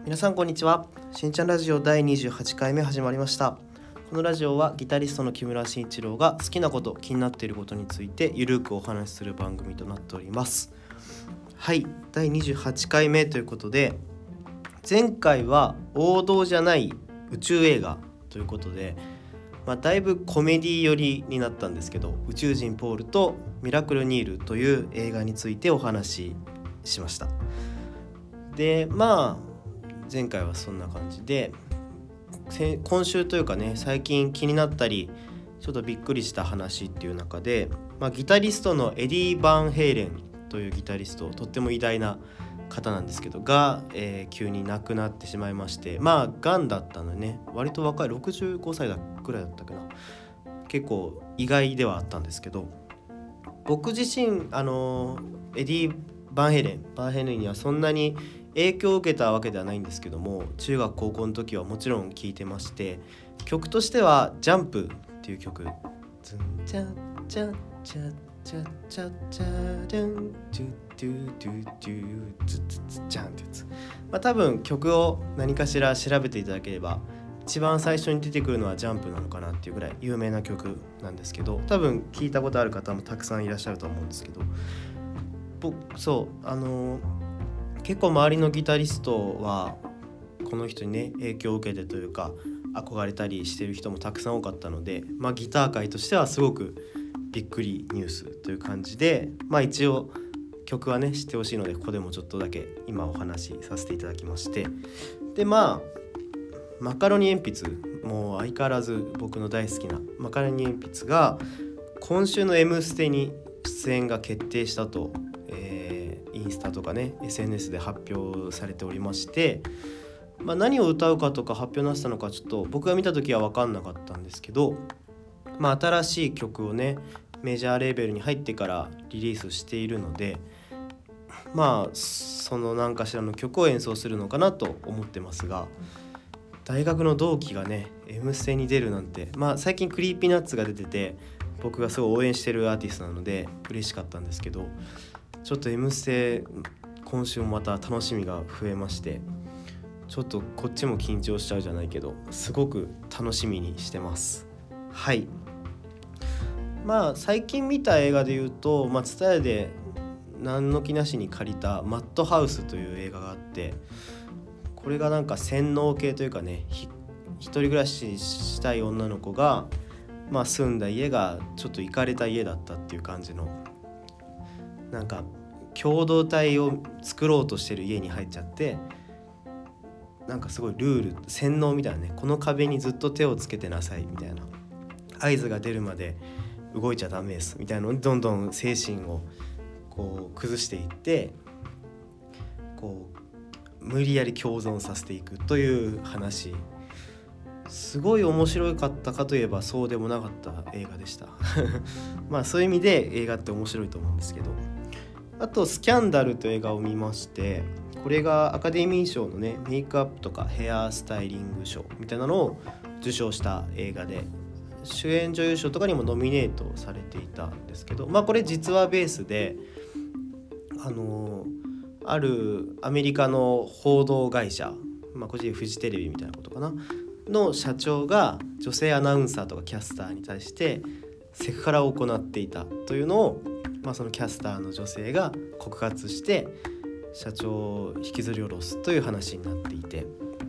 皆さんこんにちは。しんちゃんラジオ第28回目始まりました。このラジオはギタリストの木村慎一郎が好きなこと、気になっていることについてゆるくお話しする番組となっております。はい、第28回目ということで、前回は王道じゃない宇宙映画ということで、だいぶコメディ寄りになったんですけど、宇宙人ポールとミラクルニールという映画についてお話ししました。で、前回はそんな感じで、今週というかね、最近気になったりちょっとびっくりした話っていう中で、ギタリストのエディ・バンヘイレンというギタリスト、とっても偉大な方なんですけどが、急に亡くなってしまいまして、がんだったのね、割と若い65歳ぐらいだったかな。結構意外ではあったんですけど、僕自身エディ・バンヘイレンにはそんなに影響を受けたわけではないんですけども、中学高校の時はもちろん聴いてまして、曲としてはジャンプっていう曲、ズンチャチャチャチャチャチャドゥンドゥドゥドゥドゥズズズジャンってやつ、多分曲を何かしら調べていただければ一番最初に出てくるのはジャンプなのかなっていうぐらい有名な曲なんですけど、多分聞いたことある方もたくさんいらっしゃると思うんですけど、結構周りのギタリストはこの人にね影響を受けてというか憧れたりしてる人もたくさん多かったので、ギター界としてはすごくびっくりニュースという感じで、一応曲はね知ってほしいので、ここでもちょっとだけ今お話しさせていただきまして、でマカロニ鉛筆、もう相変わらず僕の大好きなマカロニ鉛筆が今週の M ステに出演が決定したと、インスタとかね SNS で発表されておりまして、何を歌うかとか発表なさったのかちょっと僕が見た時は分かんなかったんですけど、新しい曲をねメジャーレーベルに入ってからリリースしているので、その何かしらの曲を演奏するのかなと思ってますが、大学の同期がね M ステに出るなんて、最近クリーピーナッツが出てて僕がすごい応援してるアーティストなので嬉しかったんですけど、ちょっと M ステ今週もまた楽しみが増えまして、ちょっとこっちも緊張しちゃうじゃないけどすごく楽しみにしてます。はい。最近見た映画で言うと、TSUTAYAで何の気なしに借りたマッドハウスという映画があって、これがなんか洗脳系というかね、一人暮らししたい女の子が、住んだ家がちょっとイカれた家だったっていう感じの、なんか共同体を作ろうとしてる家に入っちゃって、なんかすごいルール洗脳みたいなね、この壁にずっと手をつけてなさいみたいな、合図が出るまで動いちゃダメですみたいなのにどんどん精神をこう崩していって、こう無理やり共存させていくという話。すごい面白かったかといえばそうでもなかった映画でしたそういう意味で映画って面白いと思うんですけど、あとスキャンダルという映画を見まして、これがアカデミー賞のねメイクアップとかヘアスタイリング賞みたいなのを受賞した映画で、主演女優賞とかにもノミネートされていたんですけど、これ実話ベースであるアメリカの報道会社、これでフジテレビみたいなことかなの社長が女性アナウンサーとかキャスターに対してセクハラを行っていたというのを、そのキャスターの女性が告発して社長を引きずり下ろすという話になっていて、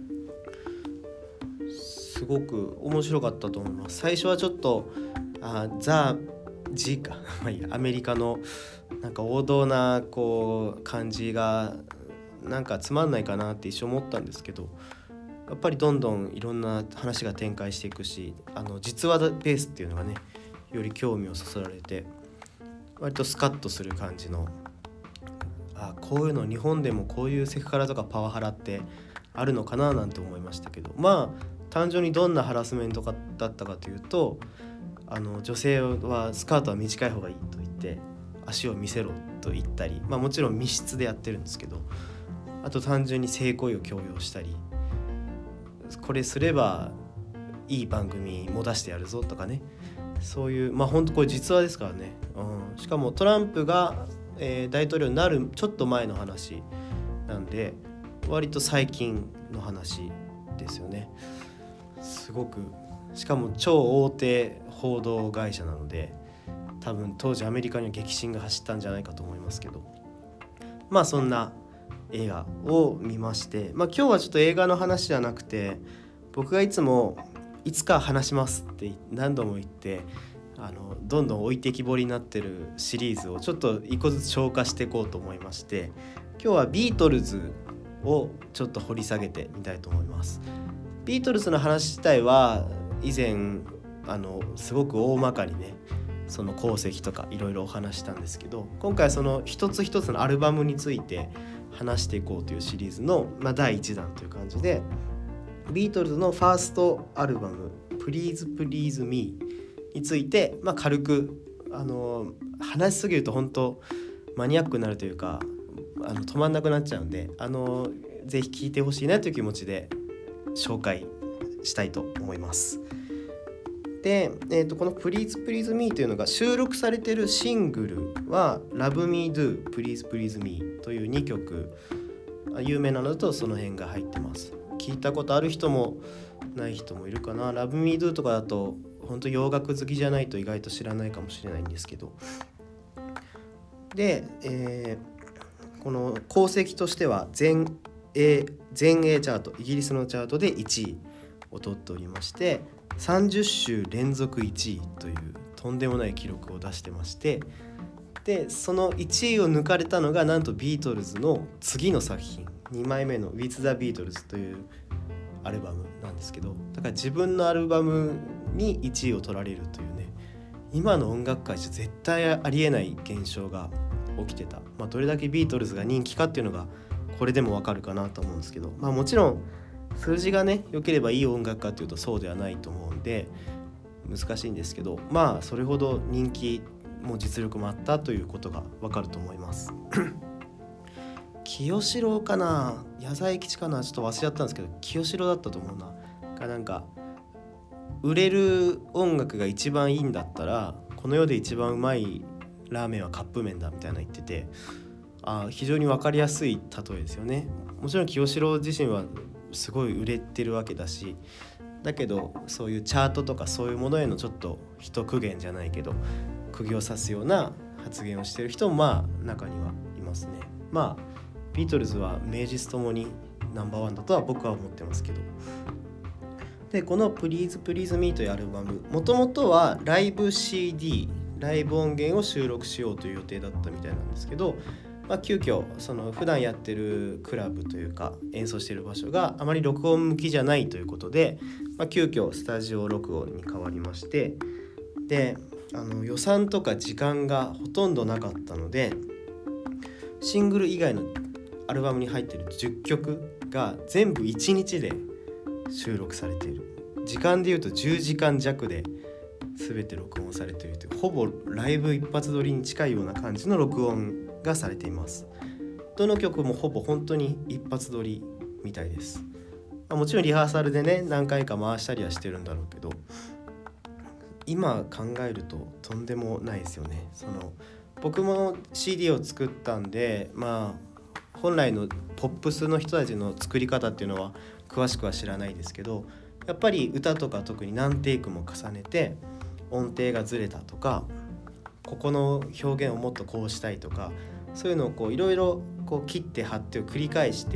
すごく面白かったと思います。最初はちょっとザ・ジかアメリカのなんか王道なこう感じがなんかつまんないかなって一瞬思ったんですけど、やっぱりどんどんいろんな話が展開していくし、実話ベースっていうのがねより興味をそそられて、割とスカッとする感じの、こういうの日本でもこういうセクハラとかパワハラってあるのかななんて思いましたけど、単純にどんなハラスメントだったかというと、女性はスカートは短い方がいいと言って足を見せろと言ったり、もちろん密室でやってるんですけど、あと単純に性行為を強要したり、これすればいい番組も出してやるぞとかね、そういう本当これ実話ですからね、しかもトランプが、大統領になるちょっと前の話なんで、 割と最近の話ですよね。すごく、しかも超大手報道会社なので、多分当時アメリカには激震が走ったんじゃないかと思いますけど、そんな映画を見まして、今日はちょっと映画の話じゃなくて、僕がいつもいつか話しますって何度も言ってどんどん置いてきぼりになってるシリーズをちょっと一個ずつ消化していこうと思いまして、今日はビートルズをちょっと掘り下げてみたいと思います。ビートルズの話自体は以前すごく大まかにね、その功績とかいろいろお話したんですけど、今回はその一つ一つのアルバムについて話していこうというシリーズの、第1弾という感じで、ビートルズのファーストアルバム Please Please Me について、軽く話しすぎると本当マニアックになるというか止まんなくなっちゃうんで、ぜひ聞いてほしいなという気持ちで紹介したいと思います。で、この Please Please Me というのが収録されているシングルは Love Me Do Please Please Me という2曲、有名なのだとその辺が入ってます。聞いたことある人もない人もいるかな。 Love Me Do とかだと本当洋楽好きじゃないと意外と知らないかもしれないんですけど、で、この功績としては全英チャート、イギリスのチャートで1位を取っておりまして、30週連続1位というとんでもない記録を出してまして、でその1位を抜かれたのがなんとビートルズの次の作品、2枚目の With the Beatles というアルバムなんですけど、だから自分のアルバムに1位を取られるというね、今の音楽界じゃ絶対ありえない現象が起きてた。どれだけビートルズが人気かっていうのがこれでもわかるかなと思うんですけど、もちろん数字がね良ければいい音楽かというとそうではないと思うんで難しいんですけど、それほど人気も実力もあったということがわかると思います清志郎かな、矢沢永吉かな、ちょっと忘れちゃったんですけど、清志郎だったと思うな。なんか売れる音楽が一番いいんだったらこの世で一番うまいラーメンはカップ麺だみたいな言ってて、非常に分かりやすい例えですよね。もちろん清志郎自身はすごい売れてるわけだし、だけどそういうチャートとかそういうものへのちょっと一苦言じゃないけど釘を刺すような発言をしている人も中にはいますね。ビートルズは名実ともにナンバーワンだとは僕は思ってますけど、でこの Please Please Me というアルバム、もともとはライブ CD、 ライブ音源を収録しようという予定だったみたいなんですけど、急遽その普段やってるクラブというか演奏している場所があまり録音向きじゃないということで、急遽スタジオ録音に変わりまして、で予算とか時間がほとんどなかったので、シングル以外のアルバムに入っている10曲が全部1日で収録されている。時間でいうと10時間弱で全て録音されているという、ほぼライブ一発撮りに近いような感じの録音がされています。どの曲もほぼ本当に一発撮りみたいです。もちろんリハーサルでね何回か回したりはしてるんだろうけど、今考えるととんでもないですよね。僕も CD を作ったんで、本来のポップスの人たちの作り方っていうのは詳しくは知らないですけど、やっぱり歌とか特に何テイクも重ねて音程がずれたとか、ここの表現をもっとこうしたいとか、そういうのをいろいろ切って貼ってを繰り返して、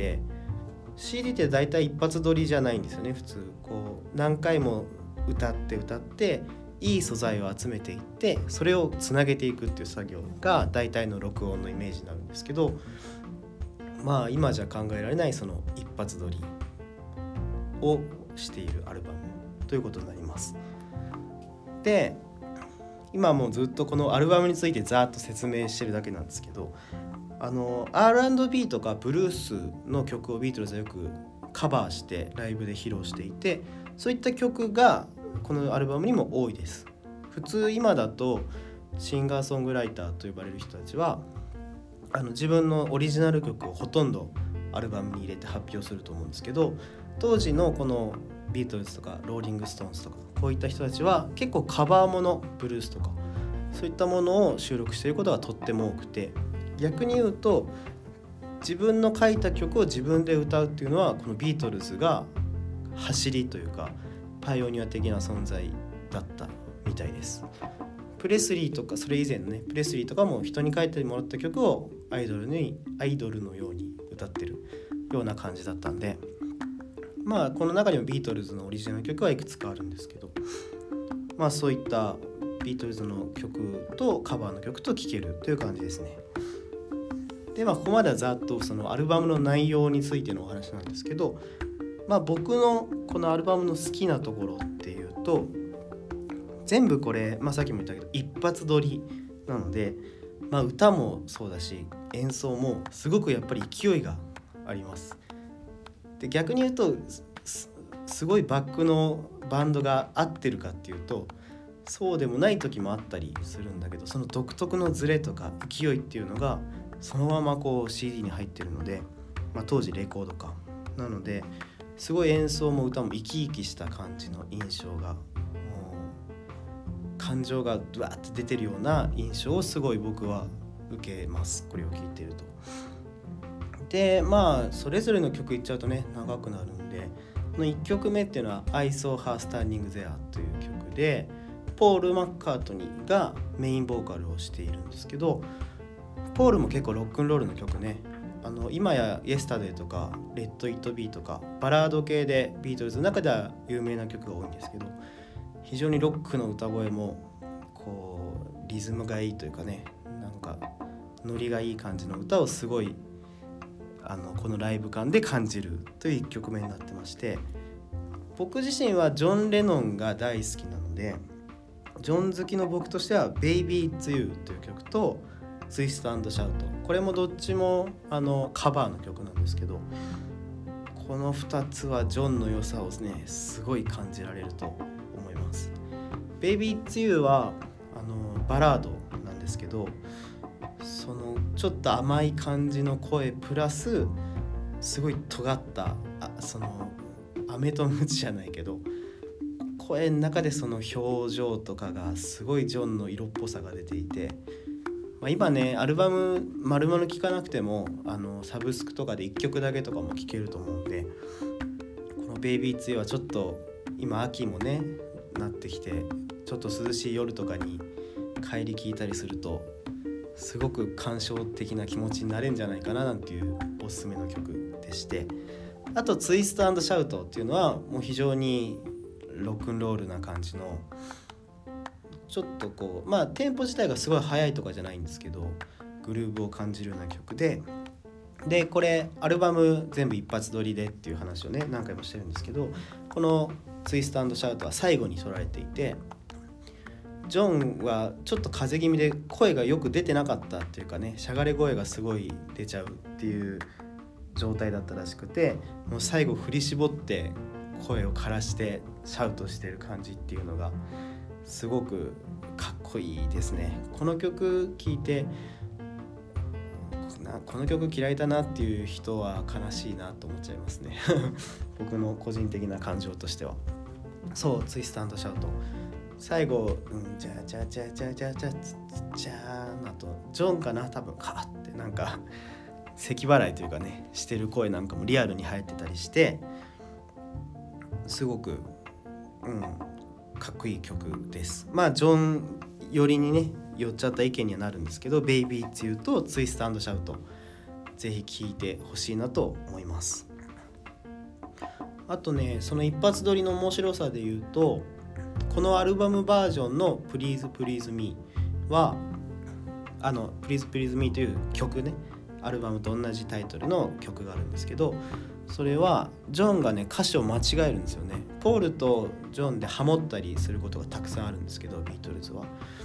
CD って大体一発撮りじゃないんですよね。普通何回も歌っていい素材を集めていってそれをつなげていくっていう作業が大体の録音のイメージになるんですけど、今じゃ考えられないその一発撮りをしているアルバムということになります。で今もうずっとこのアルバムについてざーっと説明してるだけなんですけど、R&B とかブルースの曲をビートルズはよくカバーしてライブで披露していて、そういった曲がこのアルバムにも多いです。普通今だとシンガーソングライターと呼ばれる人たちは自分のオリジナル曲をほとんどアルバムに入れて発表すると思うんですけど、当時のこのビートルズとかローリングストーンズとかこういった人たちは結構カバーもの、ブルースとかそういったものを収録していることがとっても多くて、逆に言うと自分の書いた曲を自分で歌うっていうのはこのビートルズが走りというかパイオニア的な存在だったみたいです。プレスリーとかそれ以前のねプレスリーとかも人に書いてもらった曲をアイドルのように歌ってるような感じだったんで、まあこの中にもビートルズのオリジナル曲はいくつかあるんですけど、まあそういったビートルズの曲とカバーの曲と聴けるという感じですね。でここまではざっとそのアルバムの内容についてのお話なんですけど、僕のこのアルバムの好きなところっていうと、全部これ、さっきも言ったけど一発撮りなので、歌もそうだし演奏もすごくやっぱり勢いがあります。で逆に言うとすごいバックのバンドが合ってるかっていうとそうでもない時もあったりするんだけど、その独特のズレとか勢いっていうのがそのままこう CD に入ってるので、当時レコードかなのですごい演奏も歌も生き生きした感じの印象が、もう感情がドワーって出てるような印象をすごい僕は受けます、これを聴いてると。でそれぞれの曲いっちゃうとね長くなるんで、この1曲目っていうのは I Saw Her Standing There という曲でポール・マッカートニーがメインボーカルをしているんですけど、ポールも結構ロックンロールの曲ね、今や Yesterday とか Let It Be とかバラード系でビートルズの中では有名な曲が多いんですけど、非常にロックの歌声もこうリズムがいいというかね、なんかノリがいい感じの歌をすごいこのライブ感で感じるという1曲目になってまして、僕自身はジョン・レノンが大好きなので、ジョン好きの僕としては Baby It's You という曲と Twist and Shout、 これもどっちもカバーの曲なんですけど、この2つはジョンの良さをねすごい感じられると思います。 Baby It's You はバラードなんですけど、そのちょっと甘い感じの声プラスすごい尖ったその飴とムチじゃないけど声の中でその表情とかがすごいジョンの色っぽさが出ていて、今ねアルバム丸々聴かなくてもサブスクとかで1曲だけとかも聴けると思うんで、この Baby It's You はちょっと今秋もねなってきてちょっと涼しい夜とかに帰り聴いたりするとすごく感傷的な気持ちになれるんじゃないかななんていうおすすめの曲でして、あとツイスト&シャウトっていうのはもう非常にロックンロールな感じのちょっとこうテンポ自体がすごい速いとかじゃないんですけどグルーヴを感じるような曲でこれアルバム全部一発撮りでっていう話をね何回もしてるんですけど、このツイスト&シャウトは最後に撮られていて、ジョンはちょっと風邪気味で声がよく出てなかったっていうかね、しゃがれ声がすごい出ちゃうっていう状態だったらしくて、もう最後振り絞って声を枯らしてシャウトしてる感じっていうのがすごくかっこいいですね。この曲聴いてこの曲嫌いだなっていう人は悲しいなと思っちゃいますね僕の個人的な感情としては。そうツイスト&シャウト最後じゃあじゃあじゃあじゃあじゃあじゃあじゃあとジョンかな多分カーってなんか咳払いというかねしてる声なんかもリアルに入ってたりしてすごくかっこいい曲です。ジョン寄りにね寄っちゃった意見にはなるんですけど Baby It's You とツイスト&シャウトぜひ聴いてほしいなと思います。あとねその一発撮りの面白さで言うと、このアルバムバージョンの Please Please Me はPlease Please Me という曲ね、アルバムと同じタイトルの曲があるんですけど、それはジョンがね歌詞を間違えるんですよね。ポールとジョンでハモったりすることがたくさんあるんですけど、ビートルズは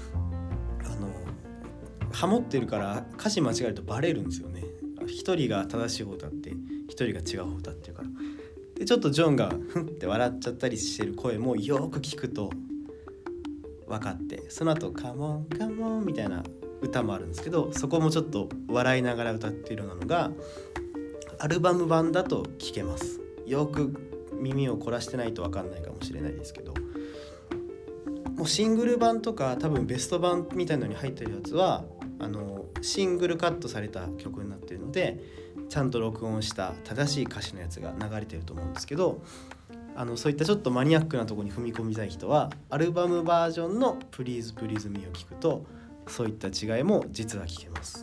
ハモってるから歌詞間違えるとバレるんですよね。一人が正しい方だって一人が違う方だっていうから。でちょっとジョンがふんって笑っちゃったりしてる声もよく聞くと分かって、その後カモンカモンみたいな歌もあるんですけど、そこもちょっと笑いながら歌っているようなのがアルバム版だと聞けます。よく耳を凝らしてないと分かんないかもしれないですけど、もうシングル版とか多分ベスト版みたいなのに入ってるやつはシングルカットされた曲になっているので、ちゃんと録音した正しい歌詞のやつが流れてると思うんですけど、そういったちょっとマニアックなところに踏み込みたい人はアルバムバージョンの Please Please Me を聴くとそういった違いも実は聴けます。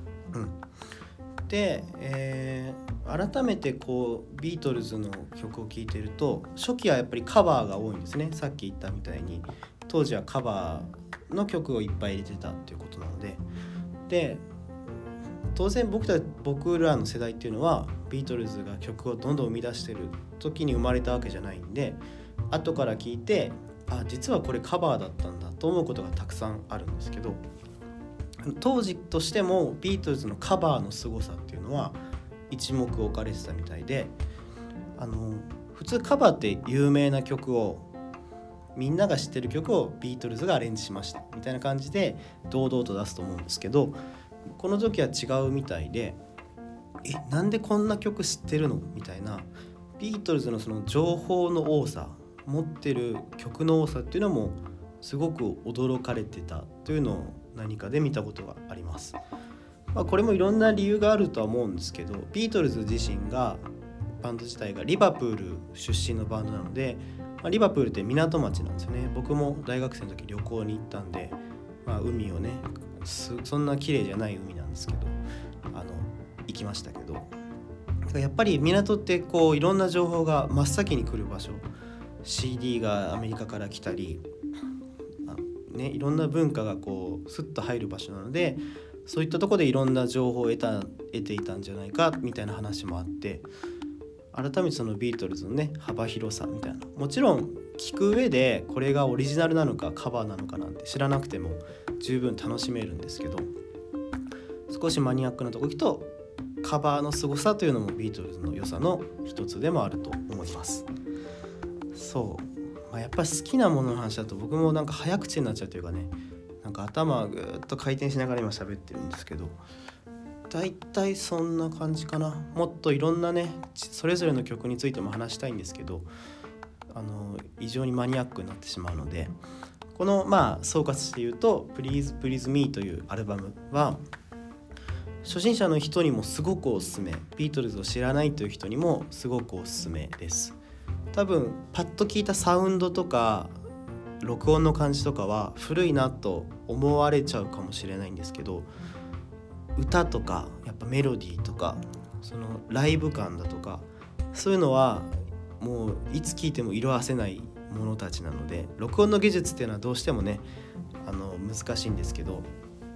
で、改めてこうビートルズの曲を聴いてると、初期はやっぱりカバーが多いんですね。さっき言ったみたいに当時はカバーの曲をいっぱい入れてたっていうことなので、当然僕らの世代っていうのはビートルズが曲をどんどん生み出してる時に生まれたわけじゃないんで、後から聞いて実はこれカバーだったんだと思うことがたくさんあるんですけど、当時としてもビートルズのカバーの凄さっていうのは一目置かれてたみたいで、普通カバーって有名な曲を、みんなが知ってる曲をビートルズがアレンジしましたみたいな感じで堂々と出すと思うんですけど、この時は違うみたいで、なんでこんな曲知ってるのみたいな、ビートルズのその情報の多さ、持ってる曲の多さっていうのもすごく驚かれてたというのを何かで見たことがあります。これもいろんな理由があるとは思うんですけど、ビートルズ自身がバンド自体がリバプール出身のバンドなので、リバプールって港町なんですよね。僕も大学生の時旅行に行ったんで、海をね、そんな綺麗じゃない海なんですけど行きましたけど、やっぱり港ってこういろんな情報が真っ先に来る場所、 CD がアメリカから来たり、いろんな文化がこうスッと入る場所なので、そういったところでいろんな情報を得ていたんじゃないかみたいな話もあって、改めてそのビートルズのね幅広さみたいな、もちろん聞く上でこれがオリジナルなのかカバーなのかなんて知らなくても十分楽しめるんですけど、少しマニアックなとこ行くとカバーの凄さというのもビートルズの良さの一つでもあると思います。やっぱり好きなものの話だと僕もなんか早口になっちゃうというかね、なんか頭ぐーっと回転しながら今喋ってるんですけど、だいたいそんな感じかな。もっといろんなねそれぞれの曲についても話したいんですけど、異常にマニアックになってしまうので、この総括して言うと Please Please Me というアルバムは初心者の人にもすごくおすすめ、ビートルズを知らないという人にもすごくおすすめです。多分パッと聞いたサウンドとか録音の感じとかは古いなと思われちゃうかもしれないんですけど、歌とかやっぱメロディーとかそのライブ感だとかそういうのはもういつ聴いても色あせないものたちなので、録音の技術っていうのはどうしてもね難しいんですけど、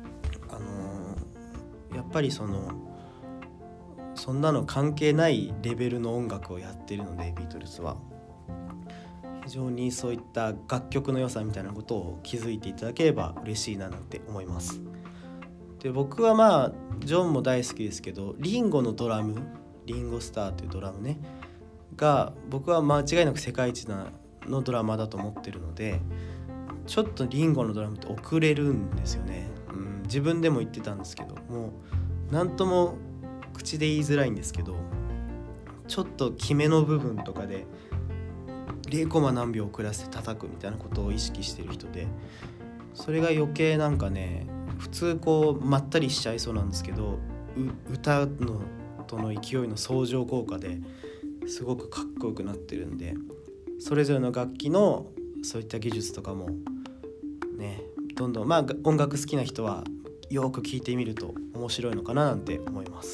やっぱりそんなの関係ないレベルの音楽をやっているので、ビートルズは非常にそういった楽曲の良さみたいなことを気づいていただければ嬉しいななんて思います。で、僕はジョンも大好きですけど、リンゴのドラム、リンゴスターというドラムねが僕は間違いなく世界一のドラマーだと思ってるので、ちょっとリンゴのドラムって遅れるんですよね。自分でも言ってたんですけど、もう何とも口で言いづらいんですけど、ちょっと決めの部分とかで0コマ何秒遅らせて叩くみたいなことを意識してる人で、それが余計なんかね、普通こうまったりしちゃいそうなんですけど、歌のとの勢いの相乗効果ですごくかっこよくなってるんで、それぞれの楽器のそういった技術とかもね、どんどん音楽好きな人はよく聴いてみると面白いのかななんて思います。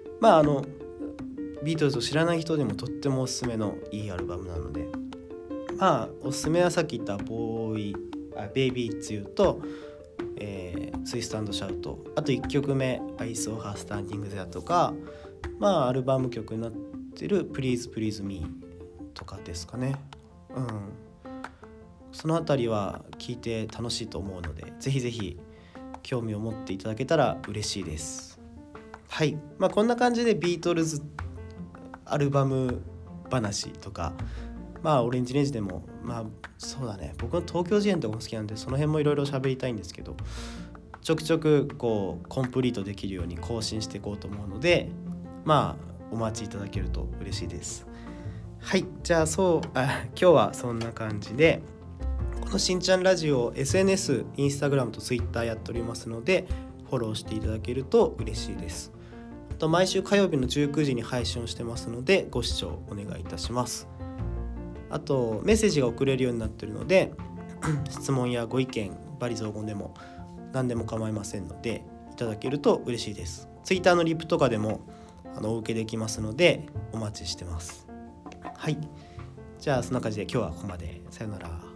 ビートルズを知らない人でもとってもおすすめのいいアルバムなので、おすすめはさっき言ったベイビーIt's Youと、ツイスト&シャウト、あと1曲目 I Saw Her Standing There とか、アルバム曲になってる Please Please Me とかですかね。そのあたりは聴いて楽しいと思うので、ぜひぜひ興味を持っていただけたら嬉しいです。はい、こんな感じでビートルズアルバム話とか、オレンジレンジでもそうだね、僕の東京事変とかも好きなんで、その辺もいろいろ喋りたいんですけど、ちょくちょくこうコンプリートできるように更新していこうと思うので、お待ちいただけると嬉しいです。はい、じゃあ今日はそんな感じで、このしんちゃんラジオ SNS、インスタグラムとツイッターやっておりますので、 フォローしていただけると嬉しいです。あと毎週火曜日の19時に配信をしてますのでご視聴お願いいたします。あとメッセージが送れるようになっているので質問やご意見、バリ雑言でも何でも構いませんのでいただけると嬉しいです。Twitter のリプとかでもお受けできますのでお待ちしてます。はい、じゃあそんな感じで今日はここまで。さよなら。